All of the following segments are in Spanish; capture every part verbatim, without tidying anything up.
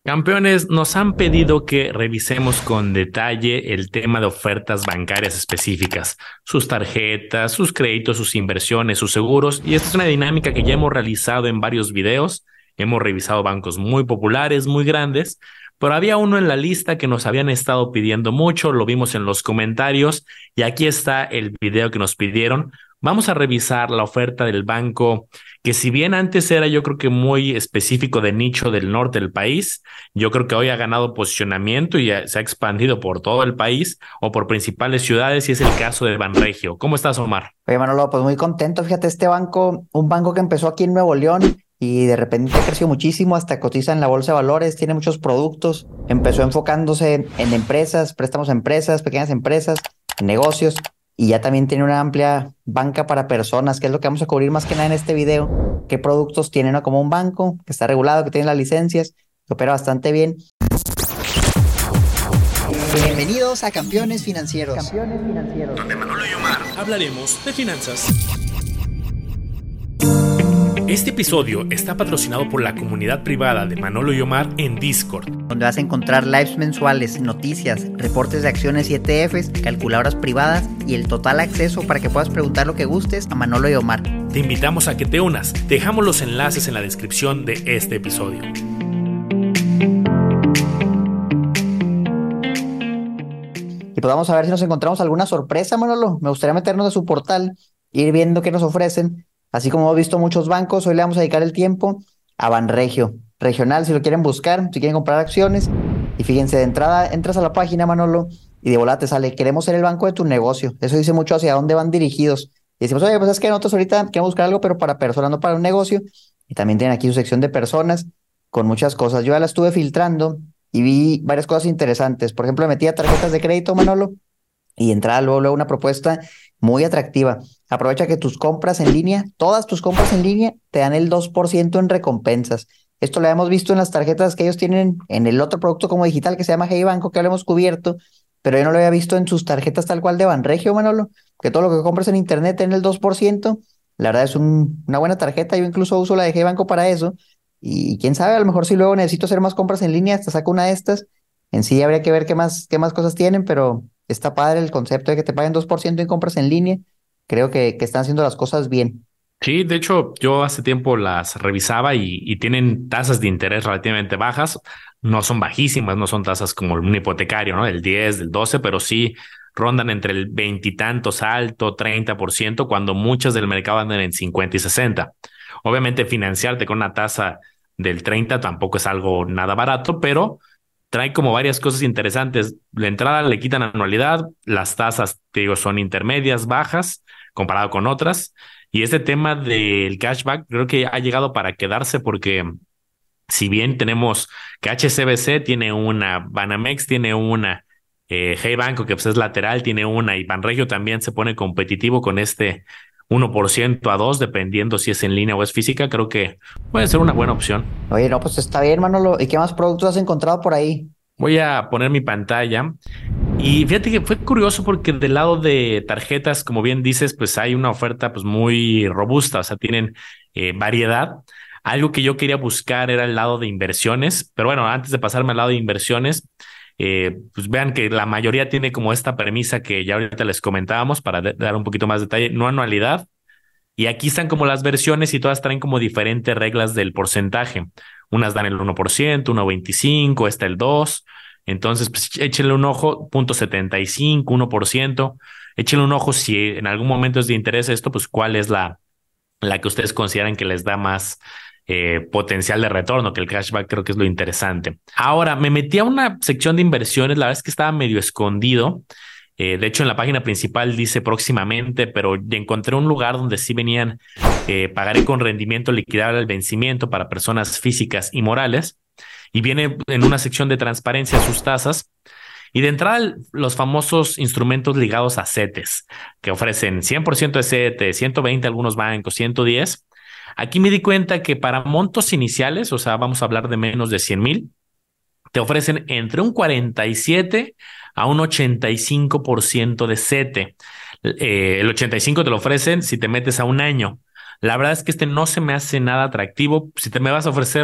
Campeones, nos han pedido que revisemos con detalle el tema de ofertas bancarias específicas, sus tarjetas, sus créditos, sus inversiones, sus seguros, y esta es una dinámica que ya hemos realizado en varios videos. Hemos revisado bancos muy populares, muy grandes, pero había uno en la lista que nos habían estado pidiendo mucho, lo vimos en los comentarios y aquí está el video que nos pidieron. Vamos a revisar la oferta del banco que, si bien antes era, yo creo que muy específico de nicho del norte del país, yo creo que hoy ha ganado posicionamiento y se ha expandido por todo el país o por principales ciudades, y es el caso de Banregio. ¿Cómo estás, Omar? Oye, Manolo, pues muy contento. Fíjate, este banco, un banco que empezó aquí en Nuevo León y de repente creció muchísimo, hasta cotiza en la bolsa de valores, tiene muchos productos. Empezó enfocándose en, en empresas, préstamos a empresas, pequeñas empresas, negocios, y ya también tiene una amplia banca para personas, que es lo que vamos a cubrir más que nada en este video. ¿Qué productos tiene, no? Como un banco que está regulado, que tiene las licencias, que opera bastante bien. Bienvenidos a Campeones Financieros. Campeones financieros. Donde Manolo y Omar hablaremos de finanzas. Este episodio está patrocinado por la comunidad privada de Manolo y Omar en Discord, Donde vas a encontrar lives mensuales, noticias, reportes de acciones y E T Fs, calculadoras privadas y el total acceso para que puedas preguntar lo que gustes a Manolo y Omar. Te invitamos a que te unas. Dejamos los enlaces en la descripción de este episodio. Y pues vamos a ver si nos encontramos alguna sorpresa, Manolo. Me gustaría meternos a su portal, ir viendo qué nos ofrecen. Así como hemos visto muchos bancos, hoy le vamos a dedicar el tiempo a Banregio. Regional, si lo quieren buscar, si quieren comprar acciones. Y fíjense, de entrada entras a la página, Manolo, y de volada te sale: queremos ser el banco de tu negocio. Eso dice mucho hacia dónde van dirigidos. Y decimos, oye, pues es que nosotros ahorita queremos buscar algo, pero para personas, no para un negocio. Y también tienen aquí su sección de personas con muchas cosas. Yo ya la estuve filtrando y vi varias cosas interesantes. Por ejemplo, me metí a tarjetas de crédito, Manolo, y de entrada luego, luego una propuesta muy atractiva. Aprovecha que tus compras en línea, todas tus compras en línea, te dan el dos por ciento en recompensas. Esto lo hemos visto en las tarjetas que ellos tienen en el otro producto como digital que se llama Hey Banco, que lo hemos cubierto, pero yo no lo había visto en sus tarjetas tal cual de Banregio, Manolo, que todo lo que compras en internet tiene el dos por ciento. La verdad es un- una buena tarjeta. Yo incluso uso la de Hey Banco para eso. Y quién sabe, a lo mejor si luego necesito hacer más compras en línea, hasta saco una de estas. En sí habría que ver qué más, qué más cosas tienen, pero está padre el concepto de que te paguen dos por ciento en compras en línea. Creo que, que están haciendo las cosas bien. Sí, de hecho, yo hace tiempo las revisaba y, y tienen tasas de interés relativamente bajas. No son bajísimas, no son tasas como un hipotecario, ¿no? Del diez, del doce, pero sí rondan entre el veintitantos alto, treinta por ciento, cuando muchas del mercado andan en cincuenta y sesenta. Obviamente, financiarte con una tasa del treinta tampoco es algo nada barato, pero trae como varias cosas interesantes. La entrada le quitan anualidad, las tasas, te digo, son intermedias, bajas, comparado con otras. Y este tema del cashback creo que ha llegado para quedarse, porque si bien tenemos que H S B C tiene una, Banamex tiene una, eh, Hey Banco, que pues es lateral, tiene una, y Banregio también se pone competitivo con este uno por ciento a dos, dependiendo si es en línea o es física, creo que puede ser una buena opción. Oye, no, pues está bien, Manolo. ¿Y qué más productos has encontrado por ahí? Voy a poner mi pantalla. Y fíjate que fue curioso porque del lado de tarjetas, como bien dices, pues hay una oferta pues muy robusta, o sea, tienen eh, variedad. Algo que yo quería buscar era el lado de inversiones, pero bueno, antes de pasarme al lado de inversiones, eh, pues vean que la mayoría tiene como esta premisa que ya ahorita les comentábamos para de- dar un poquito más de detalle: no anualidad. Y aquí están como las versiones y todas traen como diferentes reglas del porcentaje. Unas dan el uno por ciento, uno punto veinticinco, esta el dos. Entonces, pues échenle un ojo, punto setenta y cinco, uno por ciento. Échenle un ojo si en algún momento es de interés esto, pues cuál es la, la que ustedes consideran que les da más eh, potencial de retorno, que el cashback creo que es lo interesante. Ahora, me metí a una sección de inversiones, la verdad es que estaba medio escondido. Eh, de hecho, en la página principal dice próximamente, pero encontré un lugar donde sí venían eh, pagaré con rendimiento liquidable al vencimiento para personas físicas y morales. Y viene en una sección de transparencia sus tasas. Y de entrada, los famosos instrumentos ligados a CETES, que ofrecen cien por ciento de CETES, ciento veinte algunos bancos, ciento diez. Aquí me di cuenta que para montos iniciales, o sea, vamos a hablar de menos de cien mil, te ofrecen entre un cuarenta y siete a un ochenta y cinco por ciento de CETE. Eh, el ochenta y cinco te lo ofrecen si te metes a un año. La verdad es que este no se me hace nada atractivo. Si te me vas a ofrecer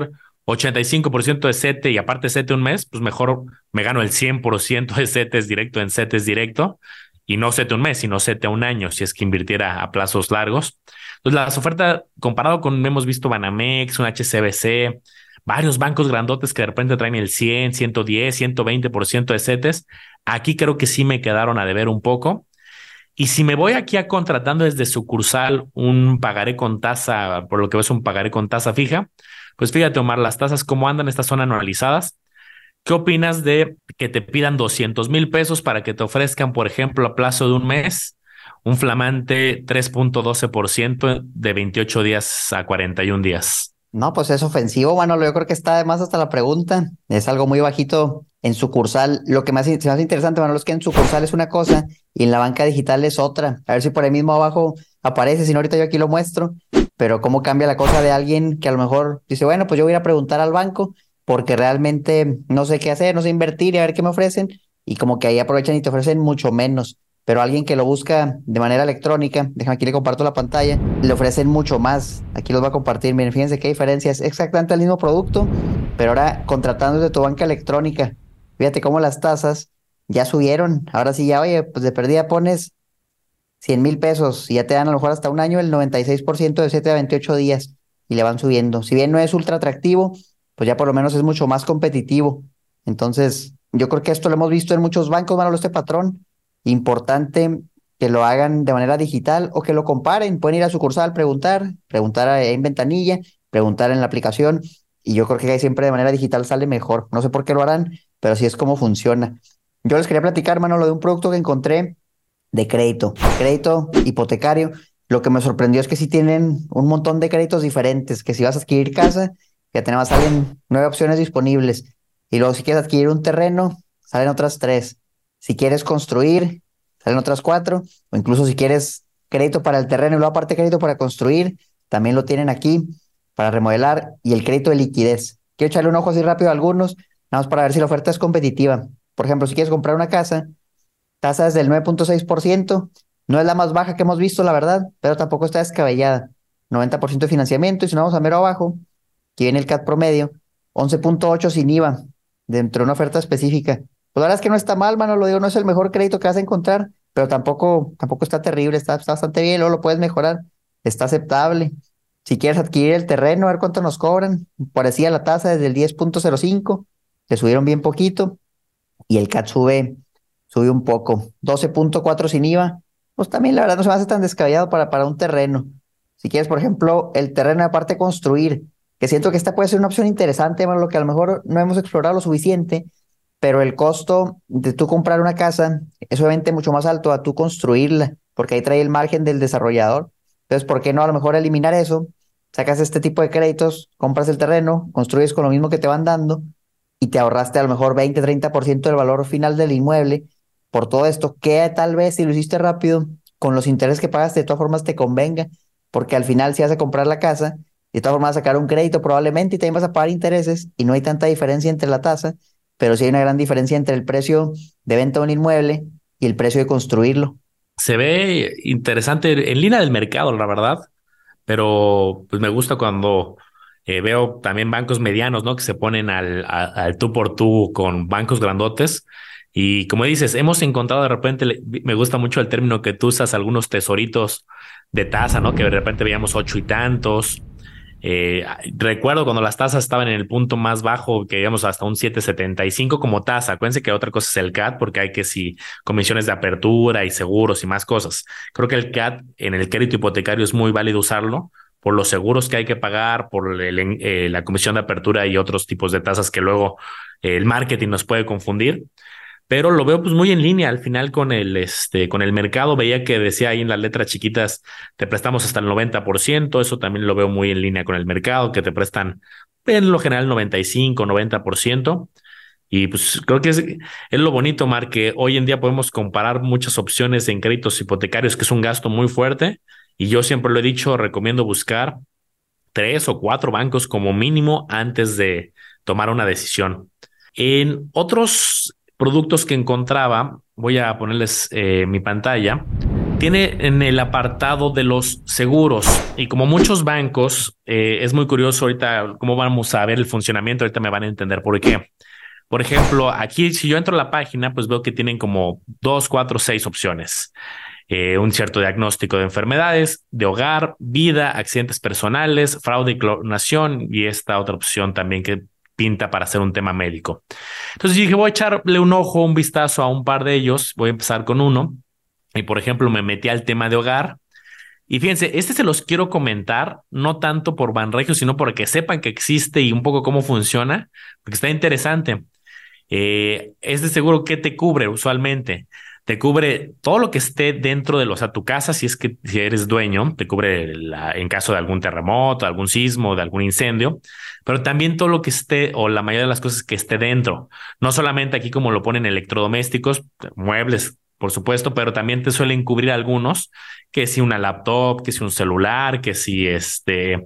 ochenta y cinco por ciento de CETE y aparte CETE un mes, pues mejor me gano el cien por ciento de CETES directo en CETES directo y no CETE un mes, sino CETE un año, si es que invirtiera a plazos largos. Entonces, las ofertas, comparado con, hemos visto Banamex, un H S B C, varios bancos grandotes que de repente traen el cien, ciento diez, ciento veinte por ciento de CETES, aquí creo que sí me quedaron a deber un poco. Y si me voy aquí a contratando desde sucursal un pagaré con tasa, por lo que ves un pagaré con tasa fija, pues fíjate, Omar, las tasas, cómo andan, estas son anualizadas. ¿Qué opinas de que te pidan doscientos mil pesos para que te ofrezcan, por ejemplo, a plazo de un mes, un flamante tres punto doce por ciento de veintiocho días a cuarenta y un días? No, pues es ofensivo, Manolo. Yo creo que está además hasta la pregunta. Es algo muy bajito en sucursal. Lo que más se me hace interesante, Manolo, es que en sucursal es una cosa y en la banca digital es otra. A ver si por ahí mismo abajo aparece, si no ahorita yo aquí lo muestro. Pero cómo cambia la cosa de alguien que a lo mejor dice, bueno, pues yo voy a ir a preguntar al banco porque realmente no sé qué hacer, no sé invertir y a ver qué me ofrecen. Y como que ahí aprovechan y te ofrecen mucho menos. Pero alguien que lo busca de manera electrónica, déjame aquí le comparto la pantalla, le ofrecen mucho más. Aquí los va a compartir. Miren, fíjense qué diferencia. Es exactamente el mismo producto, pero ahora contratando desde tu banca electrónica. Fíjate cómo las tasas ya subieron. Ahora sí, ya, oye, pues de perdida pones cien mil pesos y ya te dan a lo mejor hasta un año el noventa y seis por ciento de siete a veintiocho días y le van subiendo. Si bien no es ultra atractivo, pues ya por lo menos es mucho más competitivo. Entonces, yo creo que esto lo hemos visto en muchos bancos, Manolo, este patrón. Importante que lo hagan de manera digital o que lo comparen. Pueden ir a sucursal, preguntar, preguntar ahí en ventanilla, preguntar en la aplicación. Y yo creo que ahí siempre de manera digital sale mejor. No sé por qué lo harán, pero así es como funciona. Yo les quería platicar, Manolo, de un producto que encontré de crédito, crédito hipotecario. Lo que me sorprendió es que sí tienen un montón de créditos diferentes, que si vas a adquirir casa, ya tenemos, salen nueve opciones disponibles. Y luego si quieres adquirir un terreno, salen otras tres. Si quieres construir, salen otras cuatro. O incluso si quieres crédito para el terreno y luego aparte crédito para construir, también lo tienen aquí para remodelar. Y el crédito de liquidez. Quiero echarle un ojo así rápido a algunos, nada más para ver si la oferta es competitiva. Por ejemplo, si quieres comprar una casa, tasas del nueve punto seis por ciento. No es la más baja que hemos visto, la verdad, pero tampoco está descabellada. noventa por ciento de financiamiento. Y si no vamos a mero abajo, aquí viene el C A T promedio, once punto ocho sin IVA, dentro de una oferta específica. Pues la verdad es que no está mal, mano, lo digo, no es el mejor crédito que vas a encontrar, pero tampoco, tampoco está terrible, está, está bastante bien, luego lo puedes mejorar, está aceptable. Si quieres adquirir el terreno, a ver cuánto nos cobran, parecía la tasa desde el diez punto cero cinco, le subieron bien poquito, y el C A T sube Subió un poco. doce punto cuatro sin IVA. Pues también la verdad no se me hace tan descabellado para, para un terreno. Si quieres, por ejemplo, el terreno aparte construir, que siento que esta puede ser una opción interesante, bueno, lo que a lo mejor no hemos explorado lo suficiente, pero el costo de tú comprar una casa es obviamente mucho más alto a tú construirla, porque ahí trae el margen del desarrollador. Entonces, ¿por qué no a lo mejor eliminar eso? Sacas este tipo de créditos, compras el terreno, construyes con lo mismo que te van dando y te ahorraste a lo mejor veinte, treinta por ciento del valor final del inmueble por todo esto, que tal vez si lo hiciste rápido, con los intereses que pagaste, de todas formas te convenga, porque al final si vas a comprar la casa, de todas formas vas a sacar un crédito probablemente y también vas a pagar intereses y no hay tanta diferencia entre la tasa, pero sí hay una gran diferencia entre el precio de venta de un inmueble y el precio de construirlo. Se ve interesante en línea del mercado, la verdad, pero pues me gusta cuando eh, veo también bancos medianos, ¿no? Que se ponen al, a- al tú por tú con bancos grandotes. Y como dices, hemos encontrado de repente, le- me gusta mucho el término que tú usas, algunos tesoritos de tasa, ¿no? Que de repente veíamos ocho y tantos. Eh, recuerdo cuando las tasas estaban en el punto más bajo, que íbamos hasta un siete setenta y cinco como tasa. Acuérdense que otra cosa es el C A T, porque hay que si comisiones de apertura y seguros y más cosas. Creo que el C A T en el crédito hipotecario es muy válido usarlo por los seguros que hay que pagar, por el, eh, la comisión de apertura y otros tipos de tasas que luego eh, el marketing nos puede confundir, pero lo veo pues muy en línea al final con el, este, con el mercado. Veía que decía ahí en las letras chiquitas, te prestamos hasta el noventa por ciento. Eso también lo veo muy en línea con el mercado, que te prestan en lo general noventa y cinco, noventa por ciento. Y pues creo que es, es lo bonito, Mar, que hoy en día podemos comparar muchas opciones en créditos hipotecarios, que es un gasto muy fuerte. Y yo siempre lo he dicho, recomiendo buscar tres o cuatro bancos como mínimo antes de tomar una decisión. En otros productos que encontraba, voy a ponerles eh, mi pantalla. Tiene en el apartado de los seguros y como muchos bancos, eh, es muy curioso ahorita cómo vamos a ver el funcionamiento, ahorita me van a entender por qué. Por ejemplo, aquí si yo entro a la página, pues veo que tienen como dos, cuatro, seis opciones. Eh, un cierto diagnóstico de enfermedades, de hogar, vida, accidentes personales, fraude y clonación y esta otra opción también que pinta para hacer un tema médico. Entonces dije, voy a echarle un ojo, un vistazo a un par de ellos. Voy a empezar con uno. Y por ejemplo, me metí al tema de hogar. Y fíjense, este se los quiero comentar, no tanto por Banregio, sino porque sepan que existe y un poco cómo funciona, porque está interesante. Eh, este seguro, ¿qué te cubre usualmente? Te cubre todo lo que esté dentro de los, o sea, tu casa, si es que si eres dueño, te cubre la, en caso de algún terremoto, algún sismo, de algún incendio, pero también todo lo que esté o la mayoría de las cosas que esté dentro. No solamente aquí como lo ponen electrodomésticos, muebles, por supuesto, pero también te suelen cubrir algunos, que si una laptop, que si un celular, que si este,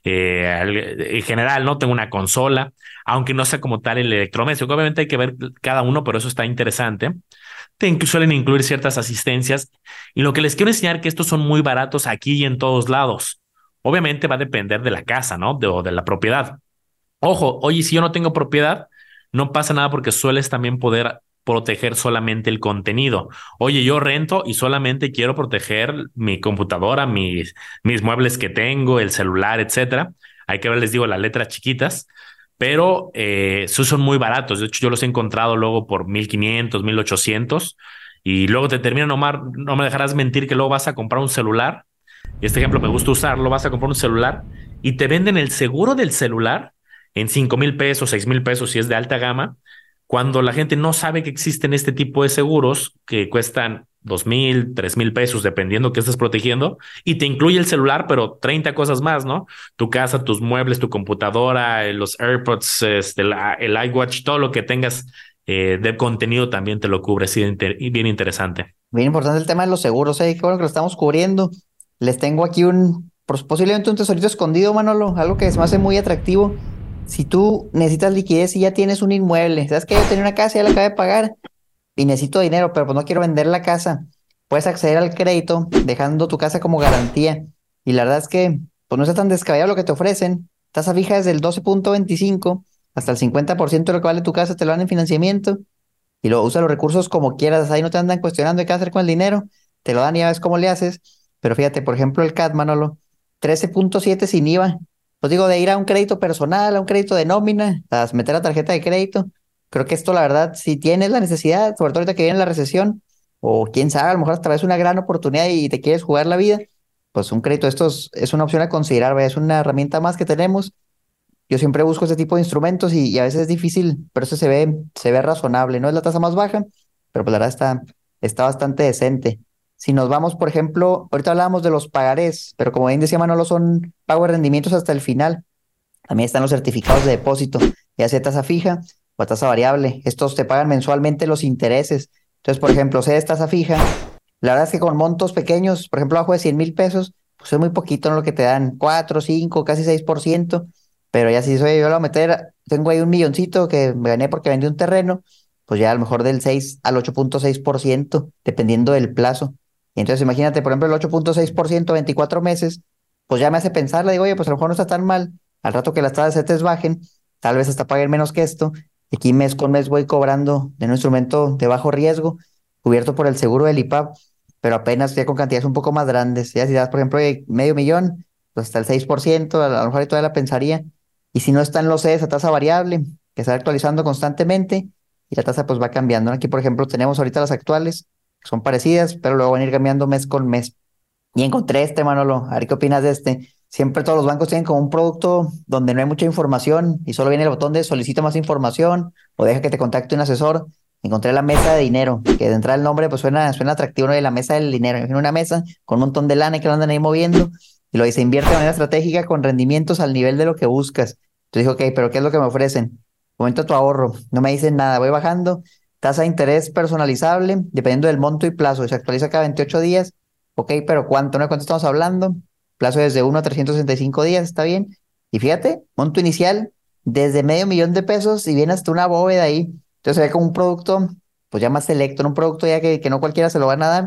eh, en general, ¿no? Tengo una consola, aunque no sea como tal el electrodoméstico. Obviamente hay que ver cada uno, pero eso está interesante. Te inclu- suelen incluir ciertas asistencias y lo que les quiero enseñar que estos son muy baratos aquí y en todos lados. Obviamente va a depender de la casa, ¿no? De, o de la propiedad. Ojo, oye, si yo no tengo propiedad, no pasa nada porque sueles también poder proteger solamente el contenido. Oye, yo rento y solamente quiero proteger mi computadora, mis, mis muebles que tengo, el celular, etcétera. Hay que ver, les digo, las letras chiquitas, pero eh, esos son muy baratos. De hecho, yo los he encontrado luego por mil quinientos, mil ochocientos y luego te terminan, Omar, no me dejarás mentir que luego vas a comprar un celular. Y este ejemplo me gusta usarlo, vas a comprar un celular y te venden el seguro del celular en cinco mil pesos, seis mil pesos si es de alta gama, cuando la gente no sabe que existen este tipo de seguros que cuestan dos mil, tres mil pesos, dependiendo que estés protegiendo, y te incluye el celular, pero treinta cosas más, ¿no? Tu casa, tus muebles, tu computadora, eh, los AirPods, este, la- el iWatch, todo lo que tengas eh, de contenido también te lo cubre, sí, inter- y bien interesante. Bien importante el tema de los seguros, ¿eh? Qué bueno que lo estamos cubriendo. Les tengo aquí un, pos- posiblemente un tesorito escondido, Manolo, algo que se me hace muy atractivo. Si tú necesitas liquidez y ya tienes un inmueble, ¿sabes qué? Yo tenía una casa, ya la acabé de pagar y necesito dinero, pero pues no quiero vender la casa. Puedes acceder al crédito dejando tu casa como garantía. Y la verdad es que pues no está tan descabellado lo que te ofrecen. Tasa fija desde el doce punto veinticinco hasta el cincuenta por ciento de lo que vale tu casa te lo dan en financiamiento y luego usa los recursos como quieras, ahí no te andan cuestionando qué hacer con el dinero, te lo dan y ya ves cómo le haces. Pero fíjate, por ejemplo, el C A T, Manolo, trece punto siete sin IVA. Pues digo, de ir a un crédito personal, a un crédito de nómina, a meter la tarjeta de crédito. Creo que esto, la verdad, si tienes la necesidad, sobre todo ahorita que viene la recesión, o quién sabe, a lo mejor hasta vez una gran oportunidad y te quieres jugar la vida, pues un crédito de estos es una opción a considerar, ¿vaya? Es una herramienta más que tenemos. Yo siempre busco este tipo de instrumentos y, y a veces es difícil, pero eso se ve, se ve razonable. No es la tasa más baja, pero pues la verdad está, está bastante decente. Si nos vamos, por ejemplo, ahorita hablábamos de los pagarés, pero como bien decía Manolo, son pago de rendimientos hasta el final. También están los certificados de depósito, ya sea tasa fija o a tasa variable. Estos te pagan mensualmente los intereses. Entonces, por ejemplo, si es tasa fija, la verdad es que con montos pequeños, por ejemplo, abajo de cien mil pesos, pues es muy poquito, ¿no? Lo que te dan cuatro, cinco, casi seis por ciento. Pero ya si soy yo lo voy a meter, tengo ahí un milloncito que me gané porque vendí un terreno, pues ya a lo mejor del seis al ocho punto seis por ciento, dependiendo del plazo. Y entonces imagínate, por ejemplo, el ocho punto seis por ciento, veinticuatro meses, pues ya me hace pensar, le digo, oye, pues a lo mejor no está tan mal. Al rato que las tasas de CETES bajen, tal vez hasta paguen menos que esto. Y aquí mes con mes voy cobrando de un instrumento de bajo riesgo, cubierto por el seguro del I P A B, pero apenas ya con cantidades un poco más grandes. Ya si das, por ejemplo, de medio millón, pues hasta el seis por ciento, a lo mejor ahí todavía la pensaría. Y si no están los C E S a tasa variable, que se va actualizando constantemente y la tasa pues va cambiando, ¿no? Aquí, por ejemplo, tenemos ahorita las actuales, que son parecidas, pero luego van a ir cambiando mes con mes. Y encontré este, Manolo. A ver qué opinas de este. Siempre todos los bancos tienen como un producto donde no hay mucha información y solo viene el botón de solicita más información o deja que te contacte un asesor. Encontré la mesa de dinero, que de entrada el nombre pues suena, suena atractivo, ¿no? De la mesa del dinero. Imagina una mesa con un montón de lana que lo andan ahí moviendo y lo dice invierte de manera estratégica con rendimientos al nivel de lo que buscas. Entonces dije, ok, pero ¿qué es lo que me ofrecen? Aumenta tu ahorro. No me dicen nada, voy bajando. Tasa de interés personalizable, dependiendo del monto y plazo. Se actualiza cada veintiocho días. Ok, pero ¿cuánto? ¿No? ¿Cuánto estamos hablando? Plazo desde uno a trescientos sesenta y cinco días, está bien. Y fíjate, monto inicial desde medio millón de pesos y viene hasta una bóveda ahí. Entonces se ve como un producto, pues ya más selecto, ¿no? Un producto ya que, que no cualquiera se lo van a dar.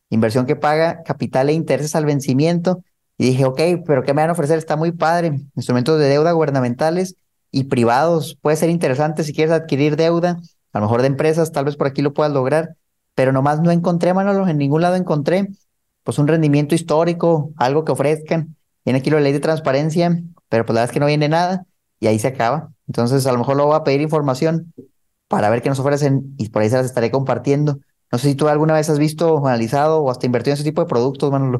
inversión que paga capital e intereses al vencimiento. Y dije, ok, pero ¿qué me van a ofrecer? Está muy padre. Instrumentos de deuda gubernamentales y privados. Puede ser interesante si quieres adquirir deuda, a lo mejor de empresas, tal vez por aquí lo puedas lograr, pero nomás no encontré, Manolo, en ningún lado encontré pues un rendimiento histórico, algo que ofrezcan. Viene aquí la ley de transparencia, pero pues la verdad es que no viene nada y ahí se acaba. Entonces a lo mejor lo voy a pedir información para ver qué nos ofrecen y por ahí se las estaré compartiendo. No sé si tú alguna vez has visto o analizado o hasta invertido en ese tipo de productos, Manolo.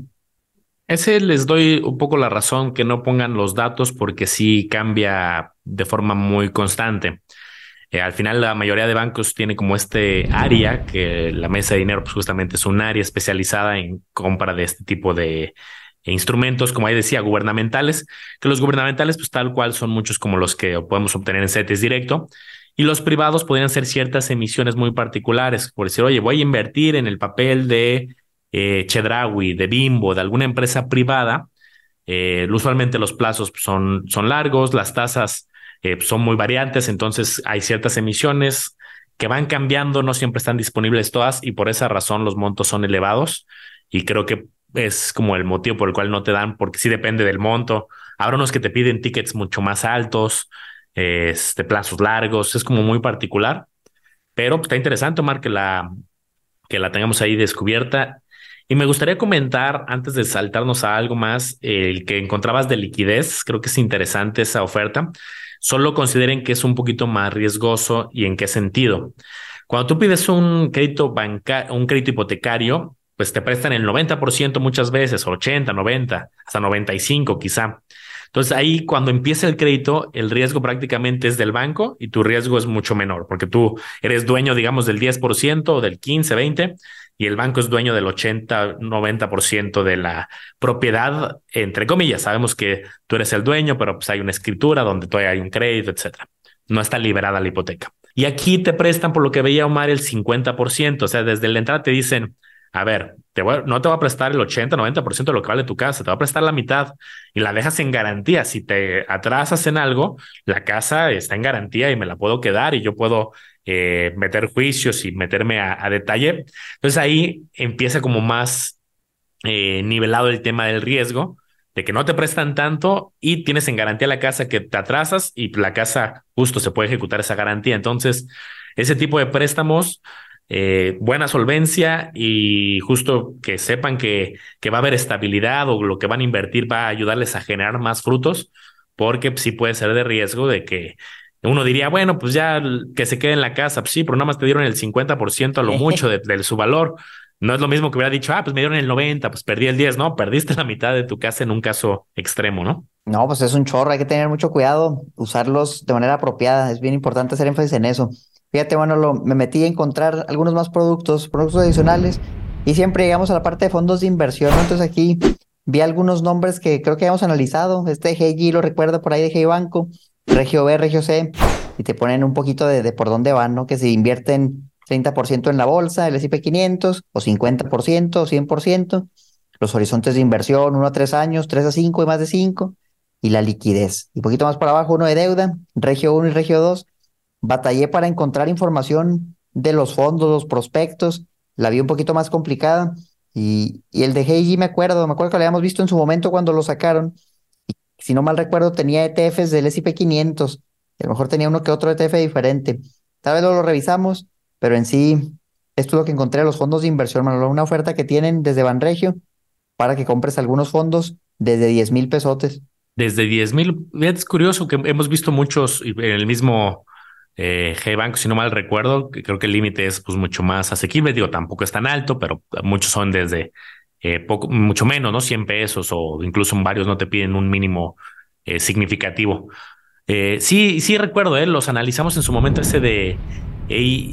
Ese les doy un poco la razón que no pongan los datos porque sí cambia de forma muy constante. Eh, al final la mayoría de bancos tiene como este área, que la mesa de dinero pues justamente es un área especializada en compra de este tipo de instrumentos, como ahí decía, gubernamentales, que los gubernamentales pues tal cual son muchos como los que podemos obtener en CETES directo, y los privados podrían ser ciertas emisiones muy particulares, por decir, oye, voy a invertir en el papel de eh, Chedraui, de Bimbo, de alguna empresa privada. Eh, usualmente los plazos son, son largos, las tasas eh, son muy variantes, entonces hay ciertas emisiones que van cambiando, no siempre están disponibles todas y por esa razón los montos son elevados y creo que es como el motivo por el cual no te dan, porque sí depende del monto. Habrá unos que te piden tickets mucho más altos, eh, este, plazos largos, es como muy particular, pero pues, está interesante, Omar, que la, que la tengamos ahí descubierta. Y me gustaría comentar, antes de saltarnos a algo más, el que encontrabas de liquidez. Creo que es interesante esa oferta. Solo consideren que es un poquito más riesgoso y en qué sentido. Cuando tú pides un crédito banca, un crédito hipotecario, pues te prestan el noventa por ciento muchas veces, ochenta, noventa, hasta noventa y cinco quizá. Entonces ahí cuando empieza el crédito, el riesgo prácticamente es del banco y tu riesgo es mucho menor, porque tú eres dueño, digamos, del diez por ciento o del quince, veinte, y el banco es dueño del ochenta, noventa por ciento de la propiedad, entre comillas. Sabemos que tú eres el dueño, pero pues hay una escritura donde todavía hay un crédito, etcétera. No está liberada la hipoteca. Y aquí te prestan, por lo que veía Omar, el cincuenta por ciento. O sea, desde la entrada te dicen, a ver, te voy, no te va a prestar el ochenta, noventa por ciento de lo que vale tu casa, te va a prestar la mitad y la dejas en garantía. Si te atrasas en algo, la casa está en garantía y me la puedo quedar y yo puedo eh, meter juicios y meterme a, a detalle. Entonces ahí empieza como más eh, nivelado el tema del riesgo, de que no te prestan tanto y tienes en garantía la casa, que te atrasas y la casa justo se puede ejecutar esa garantía. Entonces, ese tipo de préstamos, eh, buena solvencia y justo que sepan que, que va a haber estabilidad o lo que van a invertir va a ayudarles a generar más frutos, porque sí puede ser de riesgo de que uno diría, bueno, pues ya que se quede en la casa, pues sí, pero nada más te dieron el cincuenta por ciento a lo mucho de, de su valor. No es lo mismo que hubiera dicho, ah, pues me dieron el noventa, pues perdí el diez. No, perdiste la mitad de tu casa en un caso extremo, ¿no? No, pues es un chorro, hay que tener mucho cuidado, usarlos de manera apropiada, es bien importante hacer énfasis en eso. Fíjate, bueno, lo, me metí a encontrar algunos más productos, productos adicionales, y siempre llegamos a la parte de fondos de inversión, ¿no? Entonces aquí vi algunos nombres que creo que habíamos analizado, este de G G lo recuerdo por ahí de G Banco, Regio B, Regio C, y te ponen un poquito de, de por dónde van, ¿no? Que si invierten treinta por ciento en la bolsa, el S and P quinientos, o cincuenta por ciento, o cien por ciento, los horizontes de inversión, uno a tres años, tres a cinco y más de cinco, y la liquidez. Y poquito más para abajo, uno de deuda, Regio uno y Regio dos. Batallé para encontrar información de los fondos, los prospectos, la vi un poquito más complicada. Y, y el de G I G me acuerdo, me acuerdo que lo habíamos visto en su momento cuando lo sacaron. Y si no mal recuerdo, tenía E T Fs del S and P quinientos. A lo mejor tenía uno que otro E T F diferente. Tal vez lo, lo revisamos, pero en sí, esto es lo que encontré, los fondos de inversión, Manolo, una oferta que tienen desde Banregio para que compres algunos fondos desde diez mil pesotes. Desde diez mil, es curioso que hemos visto muchos en el mismo eh, G-Bank, si no mal recuerdo, que creo que el límite es pues mucho más asequible. Digo, tampoco es tan alto, pero muchos son desde eh, poco, mucho menos, ¿no? cien pesos o incluso en varios no te piden un mínimo eh, significativo. Eh, sí, sí recuerdo, eh, los analizamos en su momento ese de A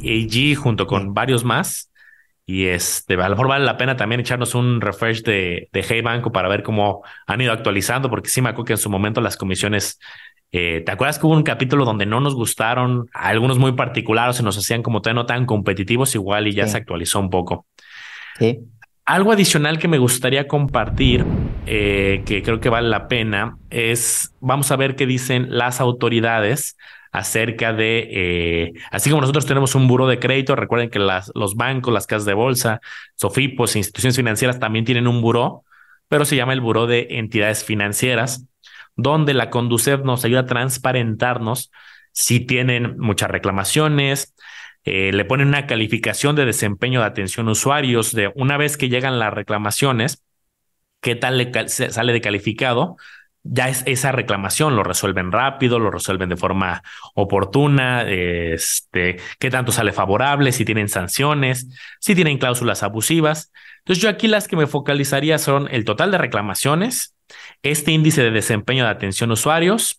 G junto Sí. con varios más. Y este, a lo mejor vale la pena también echarnos un refresh de, de Hey Banco para ver cómo han ido actualizando, porque sí me acuerdo que en su momento las comisiones, eh, ¿te acuerdas que hubo un capítulo donde no nos gustaron algunos muy particulares, se nos hacían como todavía no tan competitivos igual y ya se Sí, actualizó un poco? sí. Algo adicional que me gustaría compartir, eh, que creo que vale la pena, es, vamos a ver qué dicen las autoridades acerca de, eh, así como nosotros tenemos un buró de crédito, recuerden que las, los bancos, las casas de bolsa, Sofipos, instituciones financieras también tienen un buró, pero se llama el Buró de Entidades Financieras, donde la Conducef nos ayuda a transparentarnos si tienen muchas reclamaciones, eh, le ponen una calificación de desempeño de atención a usuarios de una vez que llegan las reclamaciones, qué tal le cal- se- sale de calificado. Ya es esa reclamación, lo resuelven rápido, lo resuelven de forma oportuna, este, qué tanto sale favorable, si tienen sanciones, si tienen cláusulas abusivas. Entonces yo aquí las que me focalizaría son el total de reclamaciones, este índice de desempeño de atención a usuarios,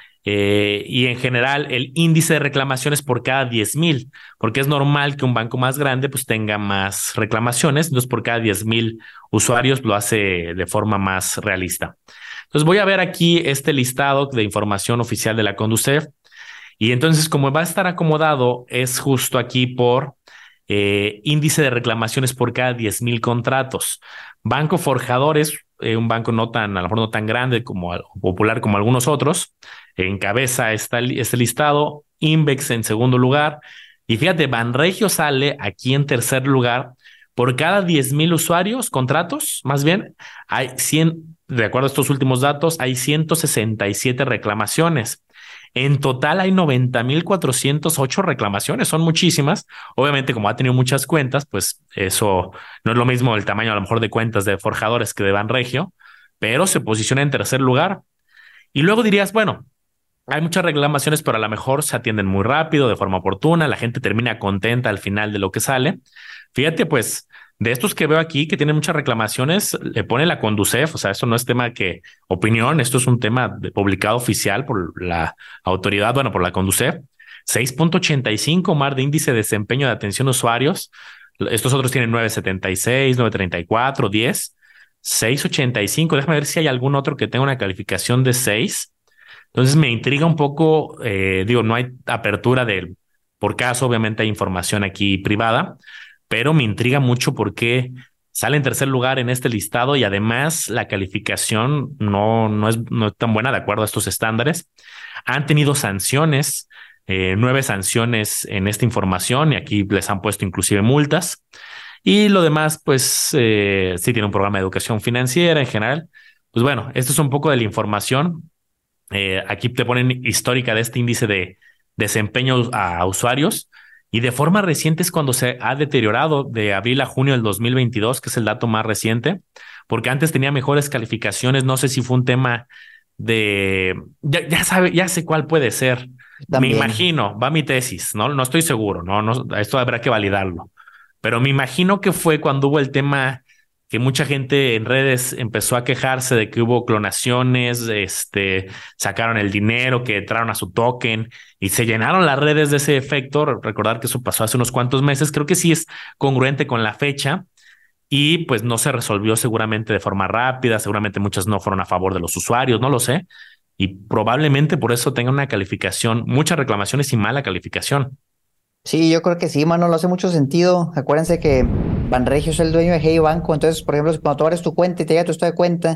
eh, y en general el índice de reclamaciones por cada diez mil, porque es normal que un banco más grande pues tenga más reclamaciones, entonces por cada diez mil usuarios lo hace de forma más realista. Entonces voy a ver aquí este listado de información oficial de la Conducef y entonces como va a estar acomodado es justo aquí por eh, índice de reclamaciones por cada diez mil contratos. Banco Forjadores, eh, un banco no tan, a lo mejor no tan grande como popular como algunos otros, encabeza esta, este listado, Invex en segundo lugar, y fíjate, Banregio sale aquí en tercer lugar. Por cada diez mil usuarios, contratos, más bien, hay cien, de acuerdo a estos últimos datos, hay ciento sesenta y siete reclamaciones. En total hay noventa mil cuatrocientas ocho reclamaciones, son muchísimas. Obviamente, como ha tenido muchas cuentas, pues eso no es lo mismo el tamaño a lo mejor de cuentas de Forjadores que de Banregio, pero se posiciona en tercer lugar. Y luego dirías, bueno, hay muchas reclamaciones, pero a lo mejor se atienden muy rápido, de forma oportuna, la gente termina contenta al final de lo que sale. Fíjate, pues, de estos que veo aquí que tienen muchas reclamaciones, le pone la Conducef, o sea, eso no es tema que opinión, esto es un tema de, publicado oficial por la autoridad, bueno, por la Conducef, seis punto ochenta y cinco mar de índice de desempeño de atención a usuarios. Estos otros tienen nueve punto setenta y seis, nueve punto treinta y cuatro, diez, seis punto ochenta y cinco. Déjame ver si hay algún otro que tenga una calificación de seis. Entonces me intriga un poco, eh, digo, no hay apertura de, por caso, obviamente hay información aquí privada, pero me intriga mucho porque sale en tercer lugar en este listado y además la calificación no, no es, no es tan buena de acuerdo a estos estándares. Han tenido sanciones, eh, nueve sanciones en esta información y aquí les han puesto inclusive multas. Y lo demás, pues eh, sí tiene un programa de educación financiera en general. Pues bueno, esto es un poco de la información. Eh, aquí te ponen histórica de este índice de desempeño a usuarios y de forma reciente es cuando se ha deteriorado de abril a junio del dos mil veintidós, que es el dato más reciente, porque antes tenía mejores calificaciones. No sé si fue un tema de, ya, ya sabe, ya sé cuál puede ser. Me También. imagino, va mi tesis, no, no estoy seguro, no, no, esto habrá que validarlo, pero me imagino que fue cuando hubo el tema que mucha gente en redes empezó a quejarse de que hubo clonaciones, este, sacaron el dinero, que entraron a su token y se llenaron las redes de ese efecto. Recordar que eso pasó hace unos cuantos meses, creo que sí es congruente con la fecha y pues no se resolvió seguramente de forma rápida, seguramente muchas no fueron a favor de los usuarios, no lo sé, y probablemente por eso tenga una calificación, muchas reclamaciones y mala calificación. Sí, yo creo que sí, mano, no hace mucho sentido. Acuérdense que Banregio es el dueño de Hey Banco, entonces, por ejemplo, si cuando tú abres tu cuenta y te llega tu estado de cuenta,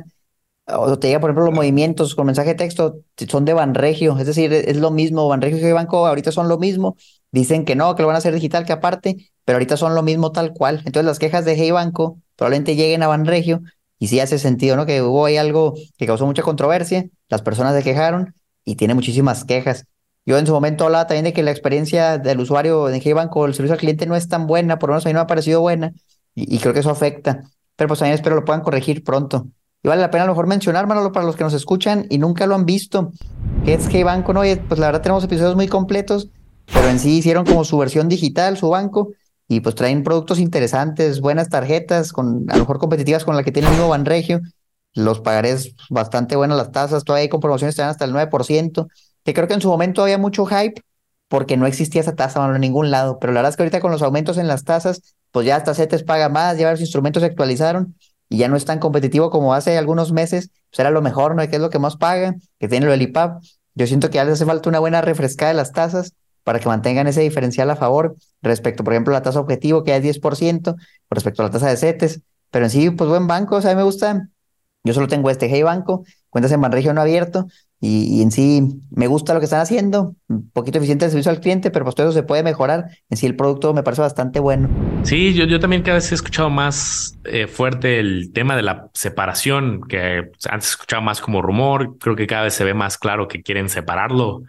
o te llega, por ejemplo, los movimientos con mensaje de texto, son de Banregio, es decir, es lo mismo, Banregio y Hey Banco ahorita son lo mismo, dicen que no, que lo van a hacer digital, que aparte, pero ahorita son lo mismo tal cual. Entonces, las quejas de Hey Banco probablemente lleguen a Banregio y sí hace sentido, ¿no? Que hubo ahí algo que causó mucha controversia, las personas se quejaron y tiene muchísimas quejas. Yo en su momento hablaba también de que la experiencia del usuario de GBanco, el servicio al cliente no es tan buena, por lo menos a mí no me ha parecido buena y, y creo que eso afecta. Pero pues también espero lo puedan corregir pronto. Y vale la pena a lo mejor mencionar, Manolo, para los que nos escuchan y nunca lo han visto, que es GBanco, ¿no? Y pues la verdad tenemos episodios muy completos, pero en sí hicieron como su versión digital, su banco, y pues traen productos interesantes, buenas tarjetas, con a lo mejor competitivas con la que tiene el mismo Banregio. Los pagarés bastante buenas las tasas, todavía hay con promociones que dan hasta el nueve por ciento, que creo que en su momento había mucho hype porque no existía esa tasa, mano, en ningún lado, pero la verdad es que ahorita con los aumentos en las tasas, pues ya hasta CETES paga más, ya los instrumentos se actualizaron y ya no es tan competitivo como hace algunos meses, pues era lo mejor, ¿no? Que es lo que más paga, que tiene lo del I P A P. Yo siento que ya les hace falta una buena refrescada de las tasas para que mantengan ese diferencial a favor respecto, por ejemplo, a la tasa objetivo, que ya es diez por ciento, con respecto a la tasa de CETES, pero en sí, pues buen banco, o sea, a mí me gusta. Yo solo tengo este Hey Banco, cuentas en Banregio no abierto, y, y en sí me gusta lo que están haciendo, un poquito eficiente el servicio al cliente, pero pues todo eso se puede mejorar. En sí el producto me parece bastante bueno. Sí, yo, yo también cada vez he escuchado más eh, fuerte el tema de la separación, que antes escuchaba más como rumor. Creo que cada vez se ve más claro que quieren separarlo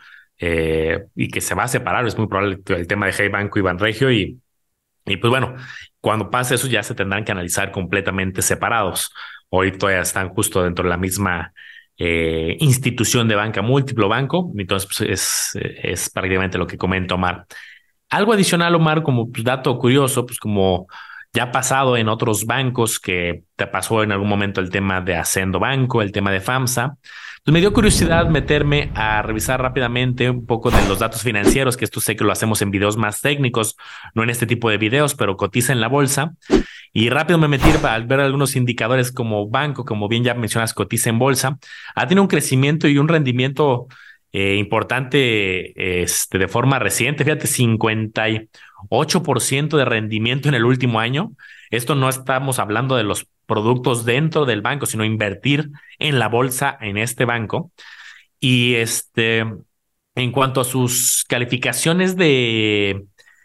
eh, y que se va a separar. Es muy probable el tema de Hey Banco y Banregio y, y pues bueno, cuando pase eso ya se tendrán que analizar completamente separados. Hoy todavía están justo dentro de la misma eh, institución de banca, múltiplo banco. Entonces pues, es, es prácticamente lo que comenta Omar. Algo adicional, Omar, como pues, dato curioso, pues como ya ha pasado en otros bancos, que te pasó en algún momento el tema de Hacendo Banco, el tema de FAMSA, pues me dio curiosidad meterme a revisar rápidamente un poco de los datos financieros, que esto sé que lo hacemos en videos más técnicos, no en este tipo de videos, pero cotiza en la bolsa. Y rápido me metí al ver algunos indicadores como banco, como bien ya mencionas, cotiza en bolsa. Ha tenido un crecimiento y un rendimiento eh, importante este, de forma reciente. Fíjate, cincuenta y ocho por ciento de rendimiento en el último año. Esto no estamos hablando de los productos dentro del banco, sino invertir en la bolsa en este banco. Y este, en cuanto a sus calificaciones de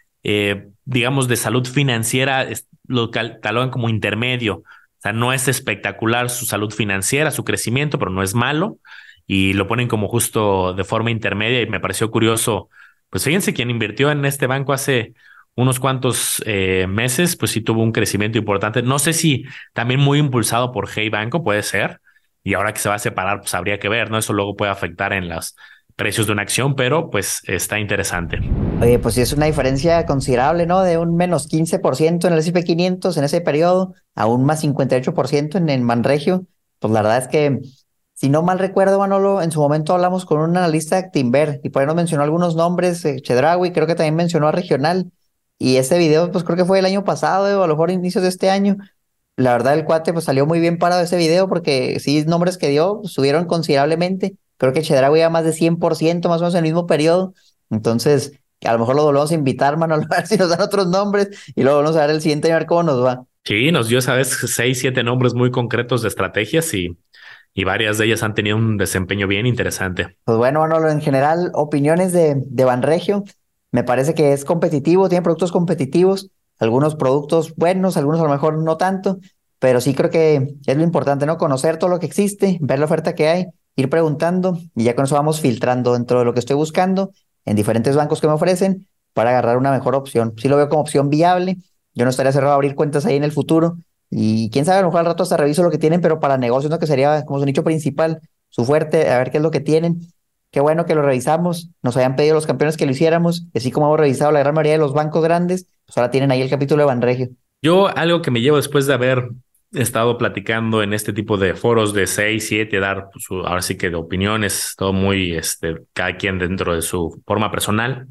eh, digamos, de salud financiera, es, lo catalogan como intermedio. O sea, no es espectacular su salud financiera, su crecimiento, pero no es malo. Y lo ponen como justo de forma intermedia. Y me pareció curioso. Pues fíjense, quien invirtió en este banco hace unos cuantos eh, meses, pues sí tuvo un crecimiento importante. No sé si también muy impulsado por Hey Banco, puede ser. Y ahora que se va a separar, pues habría que ver, ¿no? Eso luego puede afectar en los precios de una acción, pero pues está interesante. Oye, pues sí es una diferencia considerable, ¿no? De un menos quince por ciento en el S and P quinientos en ese periodo, a un más cincuenta y ocho por ciento en el Banregio. Pues la verdad es que, si no mal recuerdo, Manolo, en su momento hablamos con un analista de Actinver y por ahí nos mencionó algunos nombres, eh, Chedraui, creo que también mencionó a Regional. Y ese video, pues creo que fue el año pasado, eh, o a lo mejor inicios de este año. La verdad, el cuate pues salió muy bien parado ese video porque sí, nombres que dio pues, subieron considerablemente. Creo que Chedraui iba más de cien por ciento más o menos en el mismo periodo. Entonces, a lo mejor lo volvemos a invitar, mano, a ver si nos dan otros nombres y luego vamos a ver el siguiente año a ver cómo nos va. Sí, nos dio, sabes, seis, siete nombres muy concretos de estrategias y, y varias de ellas han tenido un desempeño bien interesante. Pues bueno, Manolo, en general, opiniones de, de Banregio. Me parece que es competitivo, tiene productos competitivos, algunos productos buenos, algunos a lo mejor no tanto, pero sí creo que es lo importante, ¿no? Conocer todo lo que existe, ver la oferta que hay, ir preguntando y ya con eso vamos filtrando dentro de lo que estoy buscando en diferentes bancos que me ofrecen para agarrar una mejor opción. Sí lo veo como opción viable. Yo no estaría cerrado a abrir cuentas ahí en el futuro y quién sabe, a lo mejor al rato hasta reviso lo que tienen, pero para negocios, ¿no? Que sería como su nicho principal, su fuerte, a ver qué es lo que tienen. Qué bueno que lo revisamos. Nos habían pedido los campeones que lo hiciéramos. Así como hemos revisado la gran mayoría de los bancos grandes, pues ahora tienen ahí el capítulo de Banregio. Yo, algo que me llevo después de haber estado platicando en este tipo de foros de seis, siete, dar pues, su, ahora sí que de opiniones, todo muy, este, cada quien dentro de su forma personal.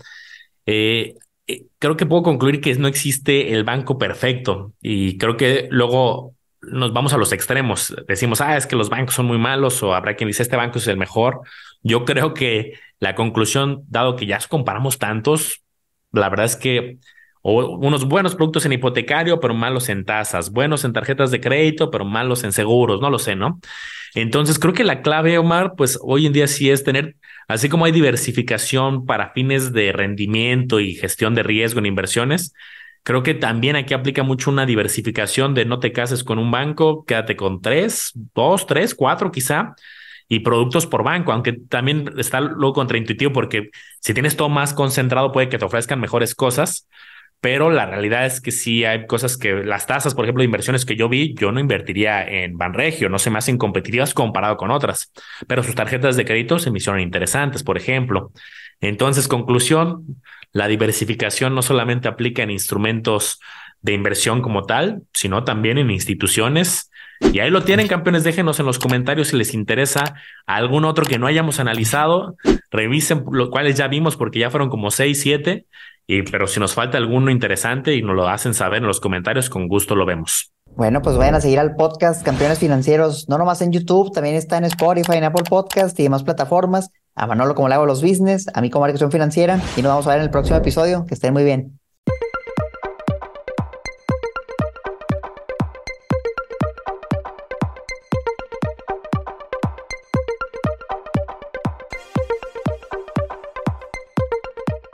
Eh, eh, creo que puedo concluir que no existe el banco perfecto y creo que luego nos vamos a los extremos. Decimos, ah, es que los bancos son muy malos o habrá quien dice este banco es el mejor. Yo creo que la conclusión, dado que ya comparamos tantos, la verdad es que o unos buenos productos en hipotecario, pero malos en tasas, buenos en tarjetas de crédito, pero malos en seguros, no lo sé, ¿no? Entonces creo que la clave, Omar, pues hoy en día sí es tener, así como hay diversificación para fines de rendimiento y gestión de riesgo en inversiones, creo que también aquí aplica mucho una diversificación de no te cases con un banco, quédate con tres, dos, tres, cuatro quizá, y productos por banco, aunque también está luego contraintuitivo porque si tienes todo más concentrado puede que te ofrezcan mejores cosas, pero la realidad es que sí hay cosas que las tasas, por ejemplo, de inversiones que yo vi, yo no invertiría en Banregio, no se me hacen competitivas comparado con otras, pero sus tarjetas de crédito se me hicieron interesantes, por ejemplo. Entonces, conclusión, la diversificación no solamente aplica en instrumentos de inversión como tal, sino también en instituciones. Y ahí lo tienen, campeones. Déjenos en los comentarios si les interesa algún otro que no hayamos analizado. Revisen los cuales ya vimos porque ya fueron como seis, siete. Y, pero si nos falta alguno interesante y nos lo hacen saber en los comentarios, con gusto lo vemos. Bueno, pues vayan a seguir al podcast Campeones Financieros, no nomás en YouTube, también está en Spotify, en Apple Podcast y demás plataformas. A Manolo como le hago los business, a mí como Marketing Financiera y nos vamos a ver en el próximo episodio. Que estén muy bien.